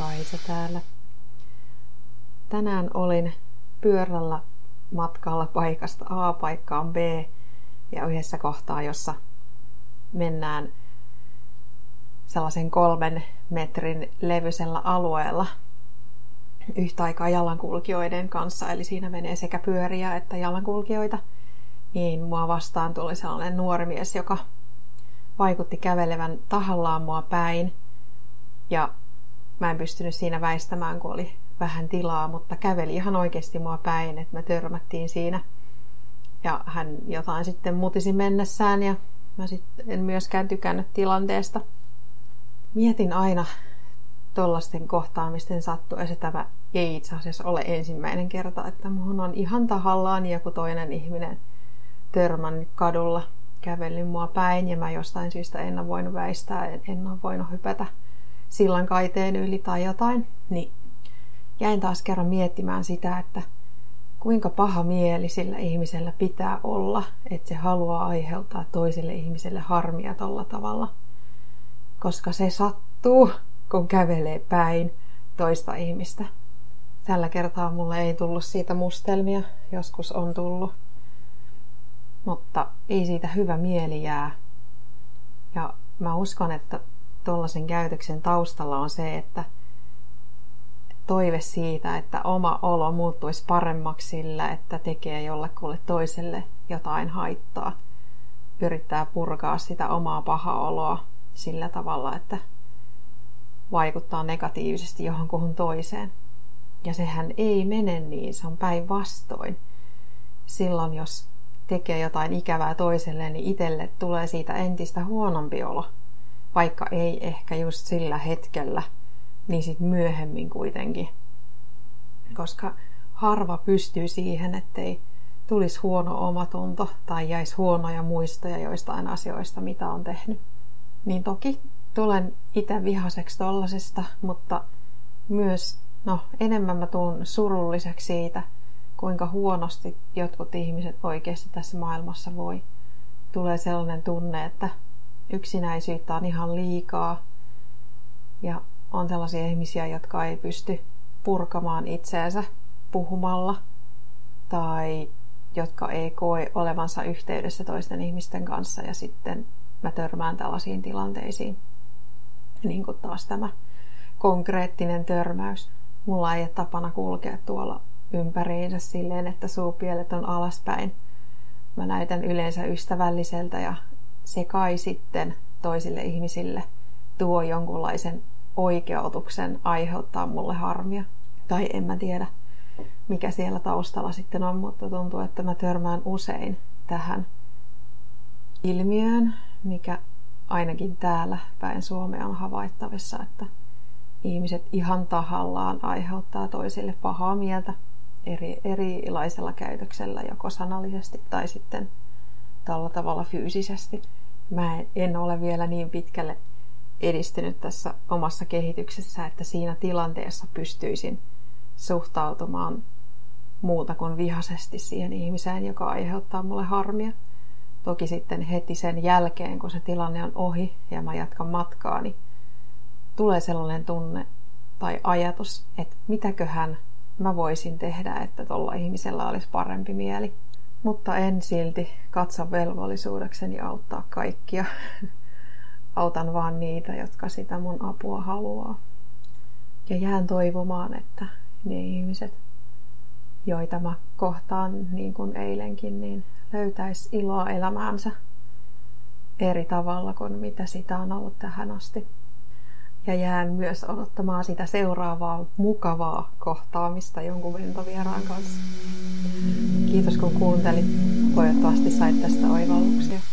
Kaisa täällä. Tänään olin pyörällä matkalla paikasta A paikkaan B ja yhdessä kohtaa, jossa mennään sellaisen 3 metrin levyisellä alueella yhtä aikaa jalankulkijoiden kanssa, eli siinä menee sekä pyöriä että jalankulkijoita, niin mua vastaan tuli sellainen nuori mies, joka vaikutti kävelevän tahallaan mua päin, ja mä en pystynyt siinä väistämään, kun oli vähän tilaa, mutta käveli ihan oikeasti mua päin, että me törmättiin siinä, ja hän jotain sitten mutisi mennessään, ja mä sitten en myöskään tykännyt tilanteesta. Mietin aina tollaisten kohtaamisten sattuessa, että tämä ei itse asiassa ole ensimmäinen kerta, että muhun on ihan tahallaan joku toinen ihminen törmännyt kadulla, kävellyt mua päin ja mä jostain syystä en ole voinut väistää, en ole voinut hypätä sillan kaiteen yli tai jotain. Niin jäin taas kerran miettimään sitä, että kuinka paha mieli sillä ihmisellä pitää olla, että se haluaa aiheuttaa toiselle ihmiselle harmia tolla tavalla. Koska se sattuu, kun kävelee päin toista ihmistä. Tällä kertaa mulle ei tullut siitä mustelmia, joskus on tullut. Mutta ei siitä hyvä mieli jää. Ja mä uskon, että tollaisen käytöksen taustalla on se, että toive siitä, että oma olo muuttuisi paremmaksi sillä, että tekee jollekulle toiselle jotain haittaa. Yrittää purkaa sitä omaa pahaa oloa sillä tavalla, että vaikuttaa negatiivisesti johonkuhun toiseen. Ja sehän ei mene niin, se on päinvastoin. Silloin jos tekee jotain ikävää toiselle, niin itselle tulee siitä entistä huonompi olo. Vaikka ei ehkä just sillä hetkellä, niin sitten myöhemmin kuitenkin. Koska harva pystyy siihen, ettei tulisi huono omatunto tai jäisi huonoja muistoja joistain asioista, mitä on tehnyt. Niin toki tulen itse vihaseksi tollasesta, mutta myös enemmän mä tuun surulliseksi siitä, kuinka huonosti jotkut ihmiset oikeasti tässä maailmassa voi. Tulee sellainen tunne, että yksinäisyyttä on ihan liikaa ja on sellaisia ihmisiä, jotka ei pysty purkamaan itseensä puhumalla tai jotka ei koe olevansa yhteydessä toisten ihmisten kanssa ja sitten mä törmään tällaisiin tilanteisiin. Niin kuin taas tämä konkreettinen törmäys. Mulla ei ole tapana kulkea tuolla ympäriinsä silleen, että suupielet on alaspäin. Mä näytän yleensä ystävälliseltä ja se kai sitten toisille ihmisille tuo jonkunlaisen oikeutuksen aiheuttaa mulle harmia. Tai en mä tiedä, mikä siellä taustalla sitten on, mutta tuntuu, että mä törmään usein tähän ilmiöön, mikä ainakin täällä päin Suomea on havaittavissa, että ihmiset ihan tahallaan aiheuttaa toisille pahaa mieltä erilaisella käytöksellä, joko sanallisesti tai sitten tällä tavalla fyysisesti. Mä en ole vielä niin pitkälle edistynyt tässä omassa kehityksessä, että siinä tilanteessa pystyisin suhtautumaan muuta kuin vihaisesti siihen ihmiseen, joka aiheuttaa mulle harmia. Toki sitten heti sen jälkeen, kun se tilanne on ohi ja mä jatkan matkaa, niin tulee sellainen tunne tai ajatus, että mitäköhän mä voisin tehdä, että tuolla ihmisellä olisi parempi mieli. Mutta en silti katso velvollisuudekseni auttaa kaikkia. Autan vaan niitä, jotka sitä mun apua haluaa. Ja jään toivomaan, että ne ihmiset, joita mä kohtaan niin kuin eilenkin, niin löytäisi iloa elämäänsä eri tavalla kuin mitä sitä on ollut tähän asti. Ja jään myös odottamaan sitä seuraavaa mukavaa kohtaamista jonkun ventovieraan kanssa. Kiitos kun kuuntelit. Toivottavasti sait tästä oivalluksia.